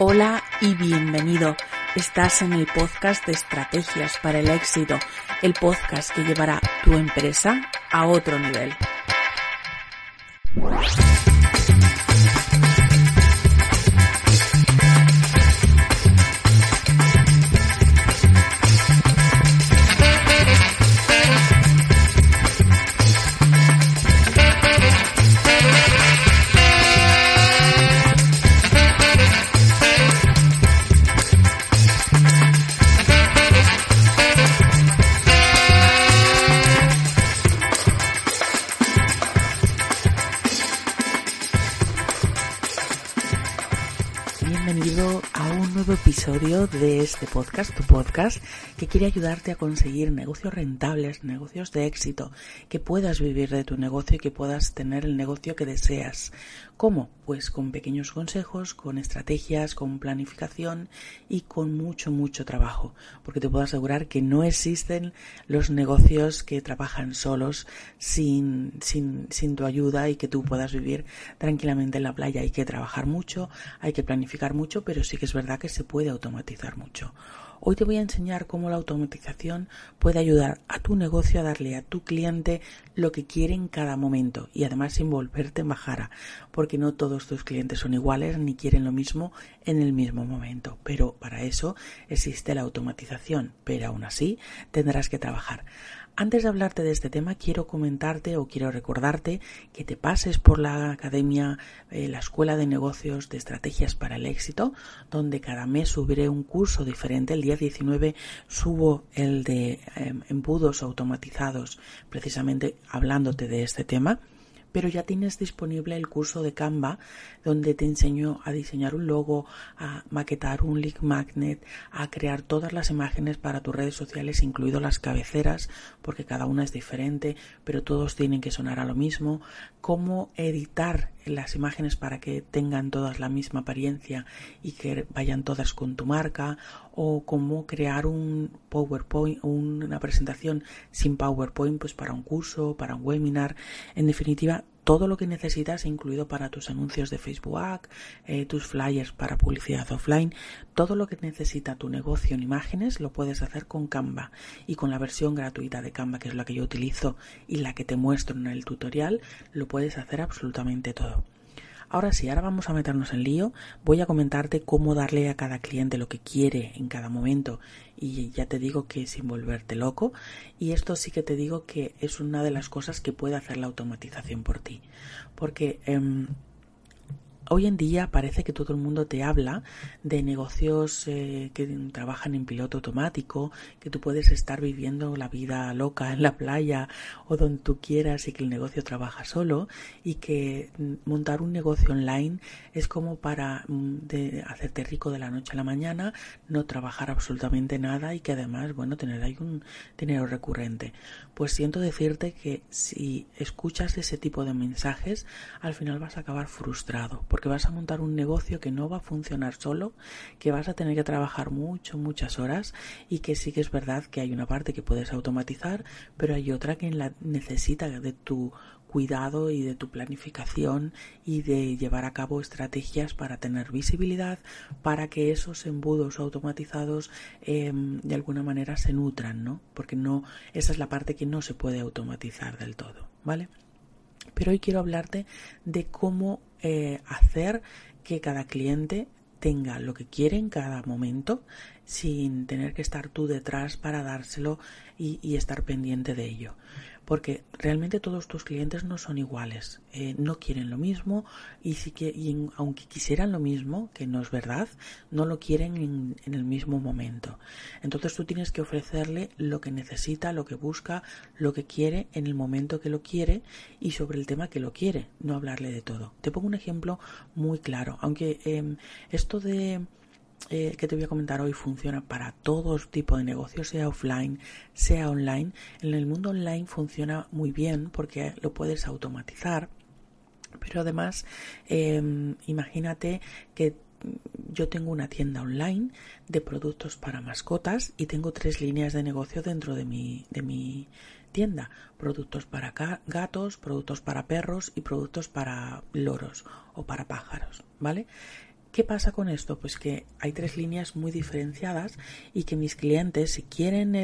Hola y bienvenido. Estás en el podcast de Estrategias para el Éxito, el podcast que llevará tu empresa a otro nivel. Bienvenido a un nuevo episodio de este podcast, tu podcast, que quiere ayudarte a conseguir negocios rentables, negocios de éxito, que puedas vivir de tu negocio y que puedas tener el negocio que deseas. ¿Cómo? Pues con pequeños consejos, con estrategias, con planificación y con mucho trabajo, porque te puedo asegurar que no existen los negocios que trabajan solos sin tu ayuda y que tú puedas vivir tranquilamente en la playa. Hay que trabajar mucho, hay que planificar mucho, pero sí que es verdad que se puede automatizar mucho. Hoy te voy a enseñar cómo la automatización puede ayudar a tu negocio a darle a tu cliente lo que quiere en cada momento y además sin volverte en bajara, porque no todos tus clientes son iguales ni quieren lo mismo en el mismo momento. Pero para eso existe la automatización, pero aún así tendrás que trabajar. Antes de hablarte de este tema, quiero comentarte o quiero recordarte que te pases por la academia, la Escuela de Negocios de Estrategias para el Éxito, donde cada mes subiré un curso diferente. El día 19 subo el de embudos automatizados, precisamente hablándote de este tema. Pero ya tienes disponible el curso de Canva, donde te enseño a diseñar un logo, a maquetar un link magnet, a crear todas las imágenes para tus redes sociales, incluido las cabeceras, porque cada una es diferente, pero todos tienen que sonar a lo mismo, cómo editar las imágenes para que tengan todas la misma apariencia y que vayan todas con tu marca, o cómo crear un PowerPoint, una presentación sin PowerPoint, pues para un curso, para un webinar. En definitiva, todo lo que necesitas, incluido para tus anuncios de Facebook, tus flyers para publicidad offline, todo lo que necesita tu negocio en imágenes lo puedes hacer con Canva, y con la versión gratuita de Canva, que es la que yo utilizo y la que te muestro en el tutorial, lo puedes hacer absolutamente todo. Ahora sí, ahora vamos a meternos en lío. Voy a comentarte cómo darle a cada cliente lo que quiere en cada momento, y ya te digo que sin volverte loco, y esto sí que te digo que es una de las cosas que puede hacer la automatización por ti, porque hoy en día parece que todo el mundo te habla de negocios que trabajan en piloto automático, que tú puedes estar viviendo la vida loca en la playa o donde tú quieras y que el negocio trabaja solo, y que montar un negocio online es como para hacerte rico de la noche a la mañana, no trabajar absolutamente nada y que además, bueno, tener ahí un dinero recurrente. Pues siento decirte que si escuchas ese tipo de mensajes, al final vas a acabar frustrado, porque vas a montar un negocio que no va a funcionar solo, que vas a tener que trabajar muchas horas, y que sí que es verdad que hay una parte que puedes automatizar, pero hay otra que necesita de tu cuidado y de tu planificación y de llevar a cabo estrategias para tener visibilidad, para que esos embudos automatizados de alguna manera se nutran, ¿no? Porque no, esa es la parte que no se puede automatizar del todo, ¿vale? Pero hoy quiero hablarte de cómo hacer que cada cliente tenga lo que quiere en cada momento, sin tener que estar tú detrás para dárselo y estar pendiente de ello. Porque realmente todos tus clientes no son iguales, no quieren lo mismo, y aunque quisieran lo mismo, que no es verdad, no lo quieren en el mismo momento. Entonces tú tienes que ofrecerle lo que necesita, lo que busca, lo que quiere en el momento que lo quiere y sobre el tema que lo quiere, no hablarle de todo. Te pongo un ejemplo muy claro, aunque esto de que te voy a comentar hoy funciona para todo tipo de negocios, sea offline, sea online. En el mundo online funciona muy bien porque lo puedes automatizar, pero además imagínate que yo tengo una tienda online de productos para mascotas y tengo 3 líneas de negocio dentro de mi tienda: productos para gatos, productos para perros y productos para loros o para pájaros, ¿vale? ¿Qué pasa con esto? Pues que hay 3 líneas muy diferenciadas y que mis clientes, si quieren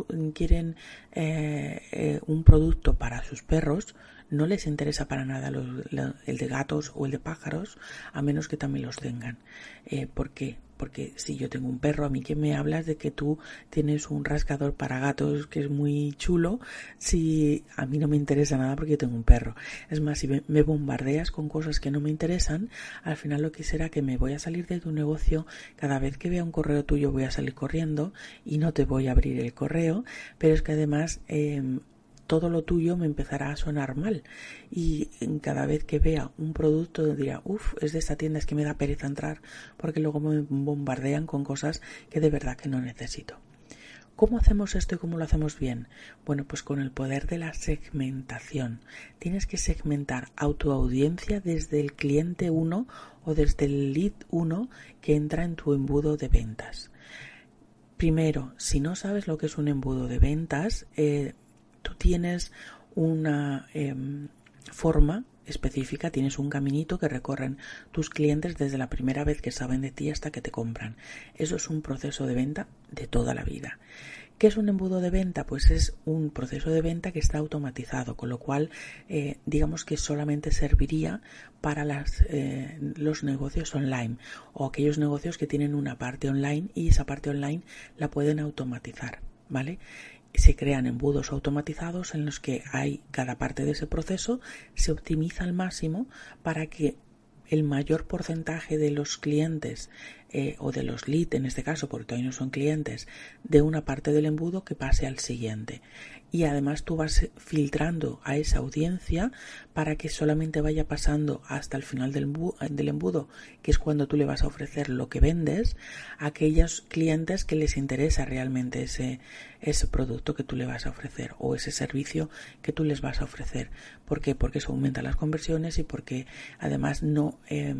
un producto para sus perros, no les interesa para nada el de gatos o el de pájaros, a menos que también los tengan. ¿Por qué? Porque si yo tengo un perro, a mí que me hablas de que tú tienes un rascador para gatos que es muy chulo, si a mí no me interesa nada porque yo tengo un perro. Es más, si me bombardeas con cosas que no me interesan, al final lo que será que me voy a salir de tu negocio, cada vez que vea un correo tuyo voy a salir corriendo y no te voy a abrir el correo, pero es que además todo lo tuyo me empezará a sonar mal y cada vez que vea un producto dirá, es de esta tienda, es que me da pereza entrar porque luego me bombardean con cosas que de verdad que no necesito. ¿Cómo hacemos esto y cómo lo hacemos bien? Bueno, pues con el poder de la segmentación. Tienes que segmentar a tu audiencia desde el cliente 1 o desde el lead 1 que entra en tu embudo de ventas. Primero, si no sabes lo que es un embudo de ventas, tú tienes una forma específica, tienes un caminito que recorren tus clientes desde la primera vez que saben de ti hasta que te compran. Eso es un proceso de venta de toda la vida. ¿Qué es un embudo de venta? Pues es un proceso de venta que está automatizado, con lo cual digamos que solamente serviría para los negocios online o aquellos negocios que tienen una parte online y esa parte online la pueden automatizar, ¿vale? Se crean embudos automatizados en los que hay cada parte de ese proceso, se optimiza al máximo para que el mayor porcentaje de los clientes o de los leads, en este caso, porque todavía no son clientes, de una parte del embudo que pase al siguiente. Y además tú vas filtrando a esa audiencia para que solamente vaya pasando hasta el final del embudo, que es cuando tú le vas a ofrecer lo que vendes, a aquellos clientes que les interesa realmente ese producto que tú le vas a ofrecer o ese servicio que tú les vas a ofrecer. ¿Por qué? Porque eso aumenta las conversiones y porque además no,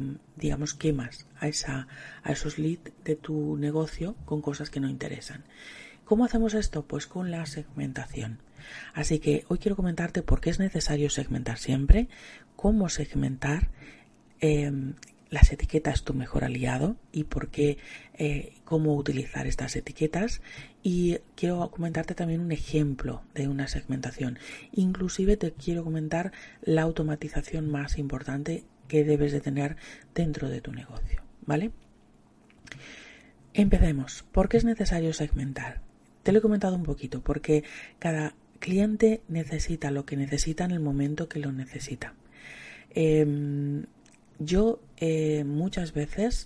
quemas a esos leads de tu negocio con cosas que no interesan. ¿Cómo hacemos esto? Pues con la segmentación. Así que hoy quiero comentarte por qué es necesario segmentar siempre, cómo segmentar, las etiquetas tu mejor aliado y por qué, cómo utilizar estas etiquetas, y quiero comentarte también un ejemplo de una segmentación. Inclusive te quiero comentar la automatización más importante que debes de tener dentro de tu negocio, ¿vale? Empecemos. ¿Por qué es necesario segmentar? Te lo he comentado un poquito, porque cada cliente necesita lo que necesita en el momento que lo necesita. Yo muchas veces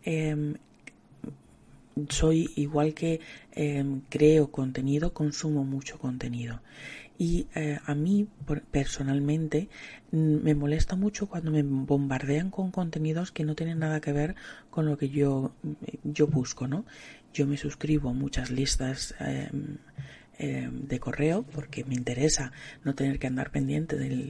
soy igual que creo contenido, consumo mucho contenido. Y a mí personalmente me molesta mucho cuando me bombardean con contenidos que no tienen nada que ver con lo que yo busco, ¿no? Yo me suscribo a muchas listas de correo porque me interesa no tener que andar pendiente de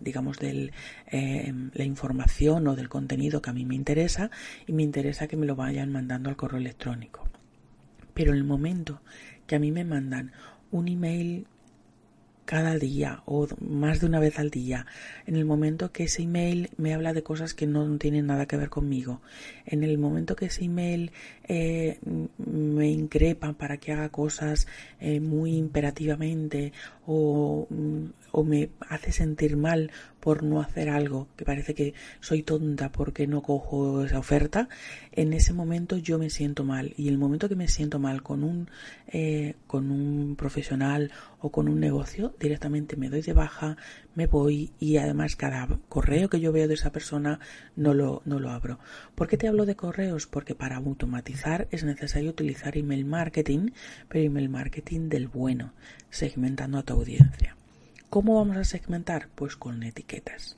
la información o del contenido que a mí me interesa, y me interesa que me lo vayan mandando al correo electrónico. Pero en el momento que a mí me mandan un email cada día o más de una vez al día, en el momento que ese email me habla de cosas que no tienen nada que ver conmigo, en el momento que ese email me increpa para que haga cosas muy imperativamente o me hace sentir mal por no hacer algo, que parece que soy tonta porque no cojo esa oferta, en ese momento yo me siento mal. Y el momento que me siento mal con un profesional o con un negocio, directamente me doy de baja, me voy, y además cada correo que yo veo de esa persona no lo abro. ¿Por qué te hablo de correos? Porque para automatizar es necesario utilizar email marketing, pero email marketing del bueno, segmentando a tu audiencia. ¿Cómo vamos a segmentar? Pues con etiquetas.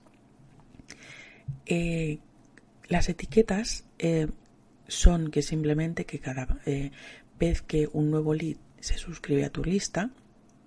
Las etiquetas son que simplemente que cada vez que un nuevo lead se suscribe a tu lista,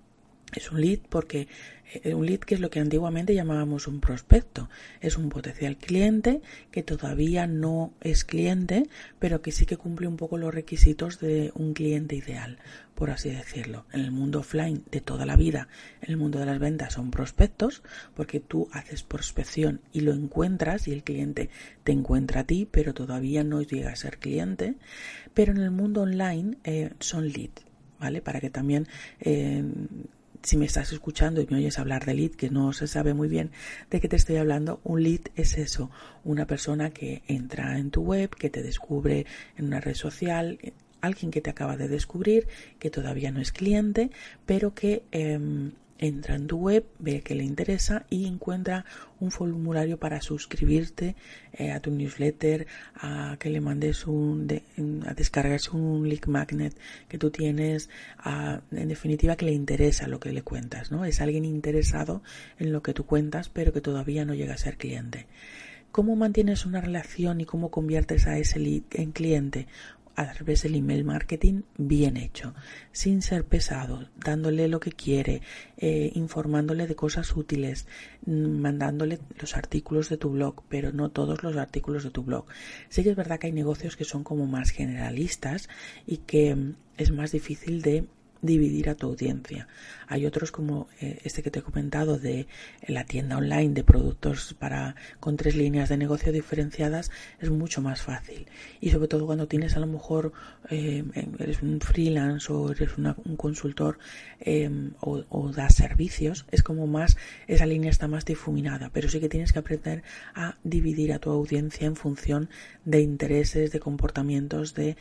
Es un lead porque un lead, que es lo que antiguamente llamábamos un prospecto, es un potencial cliente que todavía no es cliente, pero que sí que cumple un poco los requisitos de un cliente ideal, por así decirlo. En el mundo offline de toda la vida, en el mundo de las ventas, son prospectos, porque tú haces prospección y lo encuentras y el cliente te encuentra a ti, pero todavía no llega a ser cliente. Pero en el mundo online son lead, ¿vale? Para que también si me estás escuchando y me oyes hablar de lead, que no se sabe muy bien de qué te estoy hablando, un lead es eso, una persona que entra en tu web, que te descubre en una red social, alguien que te acaba de descubrir, que todavía no es cliente, pero que entra en tu web, ve que le interesa y encuentra un formulario para suscribirte a tu newsletter, a que le mandes a descargarse un link magnet que tú tienes, en definitiva que le interesa lo que le cuentas, ¿no? Es alguien interesado en lo que tú cuentas, pero que todavía no llega a ser cliente. ¿Cómo mantienes una relación y cómo conviertes a ese lead en cliente? A través del email marketing bien hecho, sin ser pesado, dándole lo que quiere, informándole de cosas útiles, mandándole los artículos de tu blog, pero no todos los artículos de tu blog. Sí que es verdad que hay negocios que son como más generalistas y que es más difícil de dividir a tu audiencia. Hay otros como este que te he comentado de la tienda online de productos con 3 líneas de negocio diferenciadas, es mucho más fácil, y sobre todo cuando tienes a lo mejor eres un freelance o eres un consultor o das servicios, es como más, esa línea está más difuminada, pero sí que tienes que aprender a dividir a tu audiencia en función de intereses, de comportamientos, de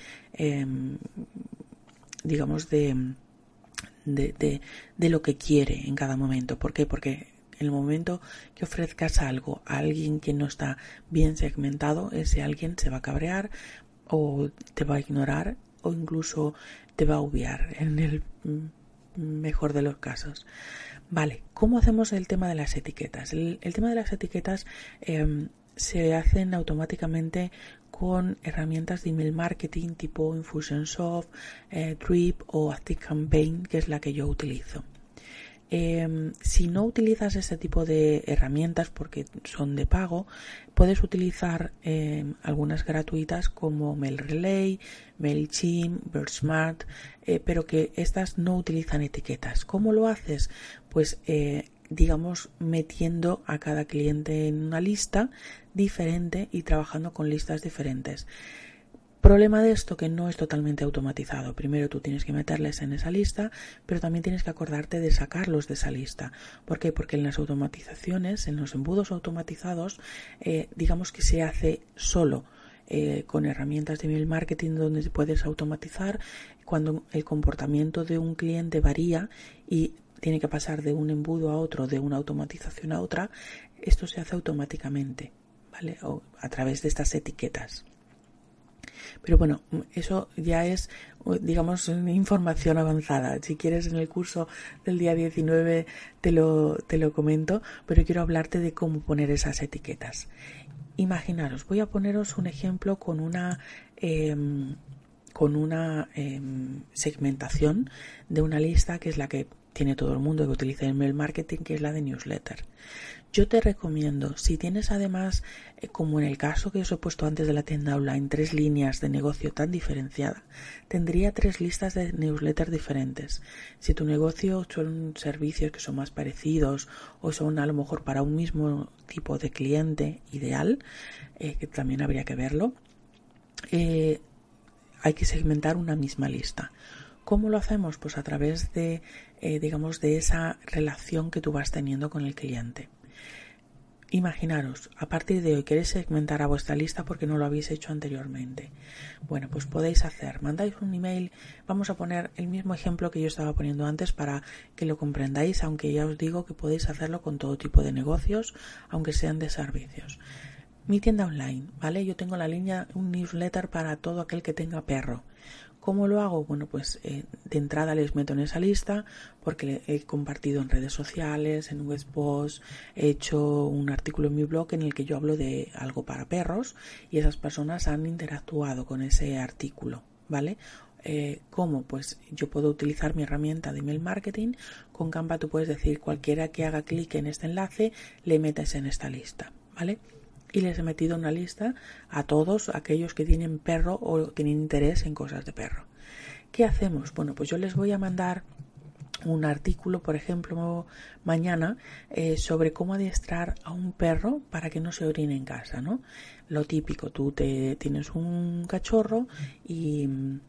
digamos de lo que quiere en cada momento. ¿Por qué? Porque en el momento que ofrezcas algo a alguien que no está bien segmentado, ese alguien se va a cabrear o te va a ignorar o incluso te va a obviar en el mejor de los casos. Vale, ¿cómo hacemos el tema de las etiquetas? El tema de las etiquetas se hacen automáticamente con herramientas de email marketing tipo Infusionsoft, Drip o ActiveCampaign, que es la que yo utilizo. Si no utilizas este tipo de herramientas porque son de pago, puedes utilizar algunas gratuitas como MailRelay, MailChimp, BirdSmart, pero que estas no utilizan etiquetas. ¿Cómo lo haces? Pues digamos metiendo a cada cliente en una lista diferente y trabajando con listas diferentes. Problema de esto, que no es totalmente automatizado. Primero tú tienes que meterles en esa lista, pero también tienes que acordarte de sacarlos de esa lista. ¿Por qué? Porque en las automatizaciones, en los embudos automatizados, digamos que se hace solo con herramientas de email marketing donde puedes automatizar cuando el comportamiento de un cliente varía y tiene que pasar de un embudo a otro, de una automatización a otra. Esto se hace automáticamente, ¿vale? O a través de estas etiquetas. Pero bueno, eso ya es, digamos, información avanzada. Si quieres, en el curso del día 19 te lo comento, pero quiero hablarte de cómo poner esas etiquetas. Imaginaros, voy a poneros un ejemplo con una segmentación de una lista que es la que tiene todo el mundo que utiliza el mail marketing, que es la de newsletter. Yo te recomiendo, si tienes además, como en el caso que os he puesto antes de la tienda online, 3 líneas de negocio tan diferenciada, tendría 3 listas de newsletter diferentes. Si tu negocio son servicios que son más parecidos o son a lo mejor para un mismo tipo de cliente ideal, que también habría que verlo, hay que segmentar una misma lista. ¿Cómo lo hacemos? Pues a través de, digamos, de esa relación que tú vas teniendo con el cliente. Imaginaros, a partir de hoy queréis segmentar a vuestra lista porque no lo habéis hecho anteriormente. Bueno, pues podéis mandáis un email, vamos a poner el mismo ejemplo que yo estaba poniendo antes para que lo comprendáis, aunque ya os digo que podéis hacerlo con todo tipo de negocios, aunque sean de servicios. Mi tienda online, ¿vale? Yo tengo la línea, un newsletter para todo aquel que tenga perro. ¿Cómo lo hago? Bueno, pues de entrada les meto en esa lista porque he compartido en redes sociales, en webpost, he hecho un artículo en mi blog en el que yo hablo de algo para perros y esas personas han interactuado con ese artículo, ¿vale? ¿Cómo? Pues yo puedo utilizar mi herramienta de email marketing. Con Canva tú puedes decir cualquiera que haga clic en este enlace, le metes en esta lista, ¿vale? Y les he metido una lista a todos aquellos que tienen perro o tienen interés en cosas de perro. ¿Qué hacemos? Bueno, pues yo les voy a mandar un artículo, por ejemplo, mañana, sobre cómo adiestrar a un perro para que no se orine en casa, ¿no? Lo típico, tú tienes un cachorro y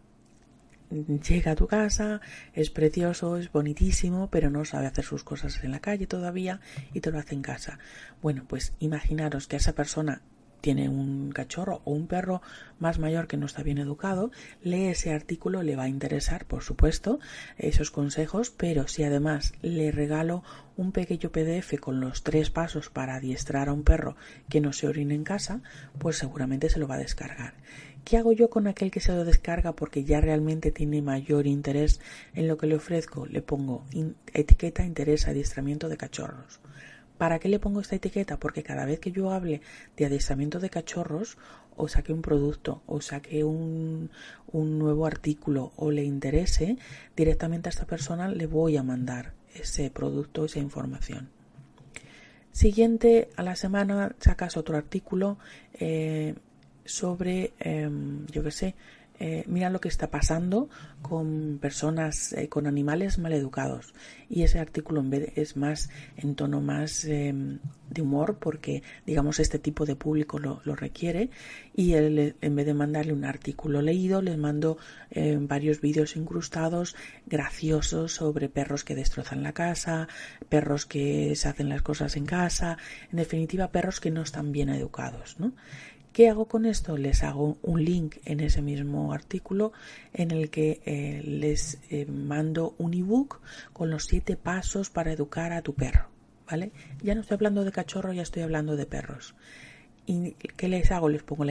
llega a tu casa, es precioso, es bonitísimo, pero no sabe hacer sus cosas en la calle todavía y te lo hace en casa. Bueno, pues imaginaros que esa persona tiene un cachorro o un perro más mayor que no está bien educado, lee ese artículo, le va a interesar, por supuesto, esos consejos, pero si además le regalo un pequeño PDF con los 3 pasos para adiestrar a un perro que no se orine en casa, pues seguramente se lo va a descargar. ¿Qué hago yo con aquel que se lo descarga porque ya realmente tiene mayor interés en lo que le ofrezco? Le pongo etiqueta interés adiestramiento de cachorros. ¿Para qué le pongo esta etiqueta? Porque cada vez que yo hable de adiestramiento de cachorros, o saque un producto, o saque un nuevo artículo, o le interese, directamente a esta persona le voy a mandar ese producto, esa información. Siguiente a la semana sacas otro artículo sobre, mira lo que está pasando con personas, con animales maleducados. Y ese artículo es más en tono más de humor, porque digamos este tipo de público lo requiere, y él, en vez de mandarle un artículo leído, les mando varios vídeos incrustados graciosos sobre perros que destrozan la casa, perros que se hacen las cosas en casa, en definitiva perros que no están bien educados, ¿no? ¿Qué hago con esto? Les hago un link en ese mismo artículo en el que les mando un ebook con los 7 pasos para educar a tu perro, ¿vale? Ya no estoy hablando de cachorros, ya estoy hablando de perros. ¿Y qué les hago? Les pongo la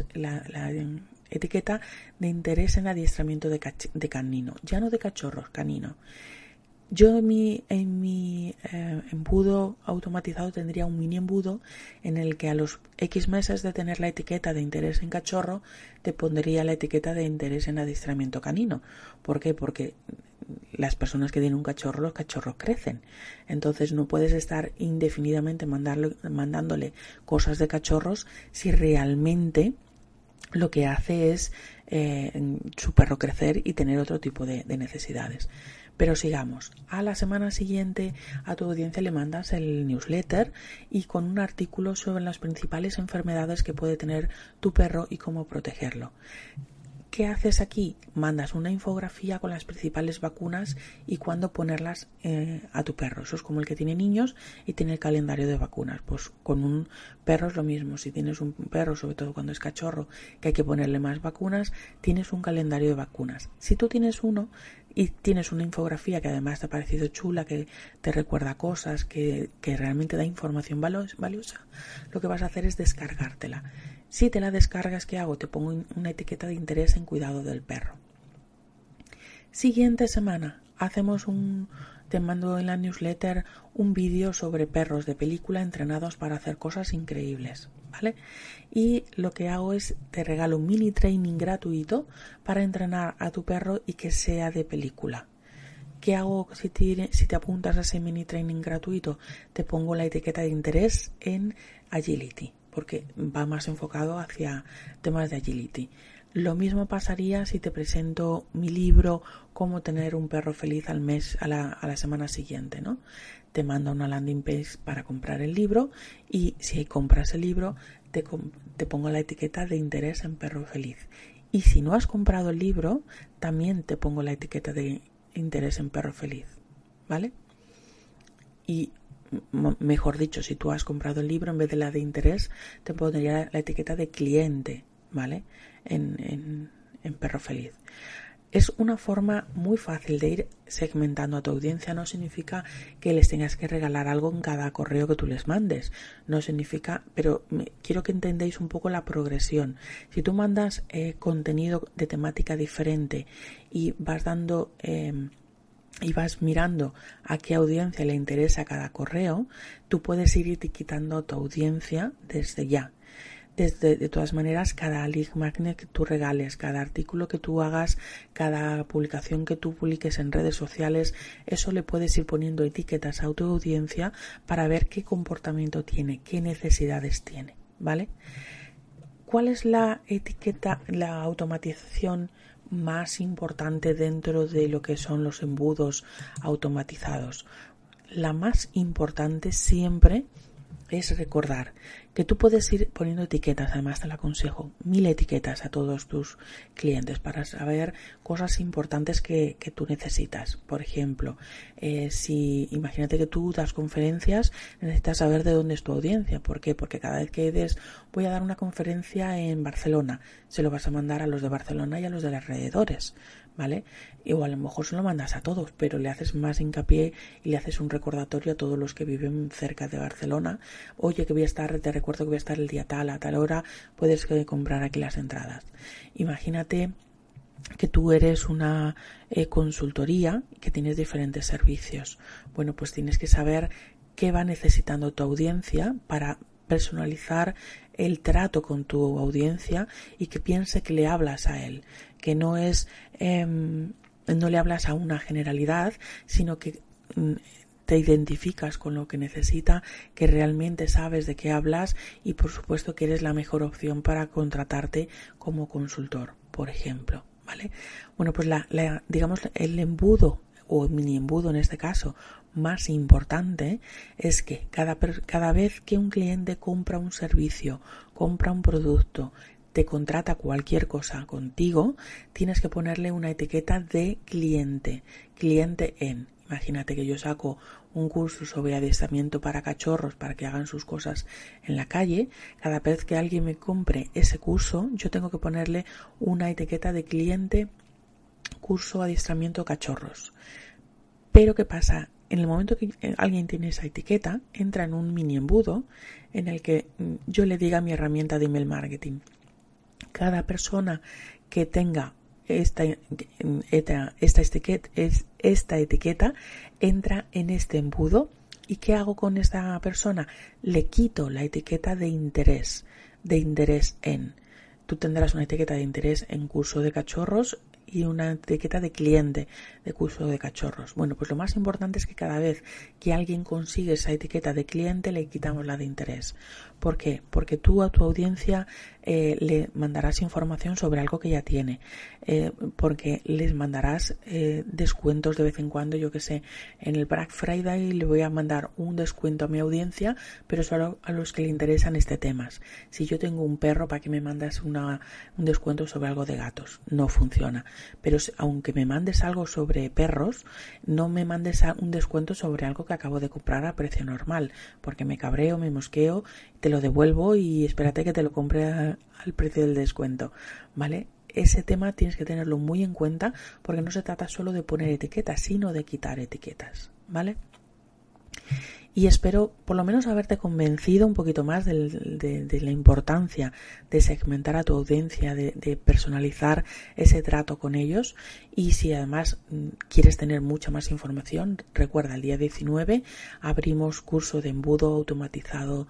etiqueta de interés en adiestramiento de canino, ya no de cachorros, canino. Yo en mi embudo automatizado tendría un mini embudo en el que a los X meses de tener la etiqueta de interés en cachorro te pondría la etiqueta de interés en adiestramiento canino. ¿Por qué? Porque las personas que tienen un cachorro, los cachorros crecen. Entonces no puedes estar indefinidamente mandándole cosas de cachorros si realmente lo que hace es su perro crecer y tener otro tipo de necesidades. Pero sigamos. A la semana siguiente a tu audiencia le mandas el newsletter y con un artículo sobre las principales enfermedades que puede tener tu perro y cómo protegerlo. ¿Qué haces aquí? Mandas una infografía con las principales vacunas y cuándo ponerlas a tu perro. Eso es como el que tiene niños y tiene el calendario de vacunas. Pues con un perro es lo mismo. Si tienes un perro, sobre todo cuando es cachorro, que hay que ponerle más vacunas, tienes un calendario de vacunas. Si tú tienes uno y tienes una infografía que además te ha parecido chula, que te recuerda cosas, que realmente da información valiosa, lo que vas a hacer es descargártela. Si te la descargas, ¿qué hago? Te pongo una etiqueta de interés en cuidado del perro. Siguiente semana, te mando en la newsletter un vídeo sobre perros de película entrenados para hacer cosas increíbles, ¿vale? Y lo que hago es, te regalo un mini training gratuito para entrenar a tu perro y que sea de película. ¿Qué hago si te apuntas a ese mini training gratuito? Te pongo la etiqueta de interés en Agility, porque va más enfocado hacia temas de agility. Lo mismo pasaría si te presento mi libro Cómo tener un perro feliz al mes, a la semana siguiente, ¿no? Te mando una landing page para comprar el libro y si compras el libro te pongo la etiqueta de interés en perro feliz. Y si no has comprado el libro, también te pongo la etiqueta de interés en perro feliz, ¿vale? Y mejor dicho, si tú has comprado el libro, en vez de la de interés, te pondría la etiqueta de cliente, ¿vale? En perro feliz. Es una forma muy fácil de ir segmentando a tu audiencia. No significa que les tengas que regalar algo en cada correo que tú les mandes. No significa, pero quiero que entendáis un poco la progresión. Si tú mandas contenido de temática diferente y vas dando y vas mirando a qué audiencia le interesa cada correo, tú puedes ir etiquetando a tu audiencia desde ya. de todas maneras, cada lead magnet que tú regales, cada artículo que tú hagas, cada publicación que tú publiques en redes sociales, eso le puedes ir poniendo etiquetas a tu audiencia para ver qué comportamiento tiene, qué necesidades tiene, ¿vale? ¿Cuál es la etiqueta, la automatización más importante dentro de lo que son los embudos automatizados? La más importante siempre es recordar que tú puedes ir poniendo etiquetas, además te lo aconsejo, 1000 etiquetas a todos tus clientes para saber cosas importantes que tú necesitas. Por ejemplo, si imagínate que tú das conferencias, necesitas saber de dónde es tu audiencia. ¿Por qué? Porque cada vez que dices voy a dar una conferencia en Barcelona, se lo vas a mandar a los de Barcelona y a los de los alrededores, ¿vale? O a lo mejor se lo mandas a todos, pero le haces más hincapié y le haces un recordatorio a todos los que viven cerca de Barcelona. Oye, que te recuerdo que voy a estar el día tal, a tal hora, puedes comprar aquí las entradas. Imagínate que tú eres una consultoría que tienes diferentes servicios. Bueno, pues tienes que saber qué va necesitando tu audiencia para personalizar el trato con tu audiencia y que piense que le hablas a él, que no es no le hablas a una generalidad, sino que te identificas con lo que necesita, que realmente sabes de qué hablas y por supuesto que eres la mejor opción para contratarte como consultor, por ejemplo, ¿vale? Bueno, pues digamos el embudo o mini embudo en este caso más importante es que cada vez que un cliente compra un servicio, compra un producto, te contrata cualquier cosa contigo, tienes que ponerle una etiqueta de cliente en. Imagínate que yo saco un curso sobre adiestramiento para cachorros para que hagan sus cosas en la calle. Cada vez que alguien me compre ese curso, yo tengo que ponerle una etiqueta de cliente, curso adiestramiento cachorros. Pero ¿qué pasa? En el momento que alguien tiene esa etiqueta, entra en un mini embudo en el que yo le diga mi herramienta de email marketing. Cada persona que tenga esta etiqueta entra en este embudo. ¿Y qué hago con esta persona? Le quito la etiqueta de interés en. Tú tendrás una etiqueta de interés en curso de cachorros y una etiqueta de cliente de curso de cachorros. Bueno, pues lo más importante es que cada vez que alguien consigue esa etiqueta de cliente le quitamos la de interés. ¿Por qué? Porque tú a tu audiencia le mandarás información sobre algo que ya tiene, porque les mandarás descuentos de vez en cuando. Yo que sé, en el Black Friday le voy a mandar un descuento a mi audiencia, pero solo a los que le interesan este tema. Si yo tengo un perro, ¿para qué me mandas un descuento sobre algo de gatos? No funciona. Pero aunque me mandes algo sobre perros, no me mandes un descuento sobre algo que acabo de comprar a precio normal, porque me cabreo, me mosqueo, te lo devuelvo y espérate que te lo compre al precio del descuento, ¿vale? Ese tema tienes que tenerlo muy en cuenta porque no se trata solo de poner etiquetas, sino de quitar etiquetas, ¿vale? Y espero por lo menos haberte convencido un poquito más de la importancia de segmentar a tu audiencia, de personalizar ese trato con ellos. Y si además quieres tener mucha más información, recuerda, el día 19 abrimos curso de embudo automatizado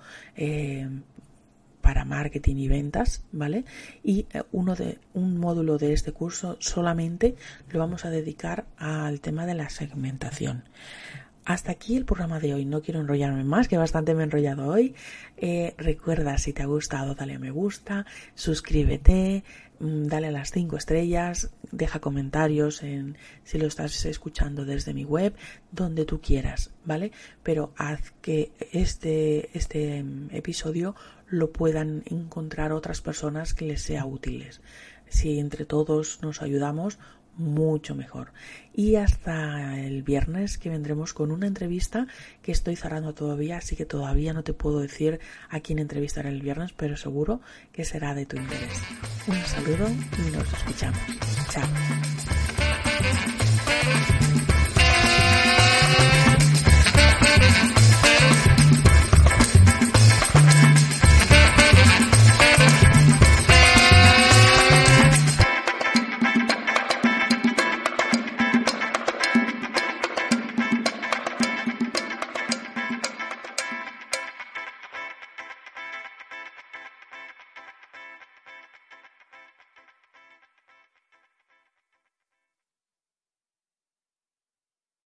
para marketing y ventas, ¿vale? Y un módulo de este curso solamente lo vamos a dedicar al tema de la segmentación. Hasta aquí el programa de hoy. No quiero enrollarme más, que bastante me he enrollado hoy. Recuerda, si te ha gustado, dale a me gusta, suscríbete, dale a las 5 estrellas, deja comentarios si lo estás escuchando desde mi web, donde tú quieras, ¿vale? Pero haz que este episodio lo puedan encontrar otras personas que les sea útiles. Si entre todos nos ayudamos, mucho mejor. Y hasta el viernes, que vendremos con una entrevista que estoy cerrando todavía, así que todavía no te puedo decir a quién entrevistaré el viernes, pero seguro que será de tu interés. Un saludo y nos escuchamos. Chao.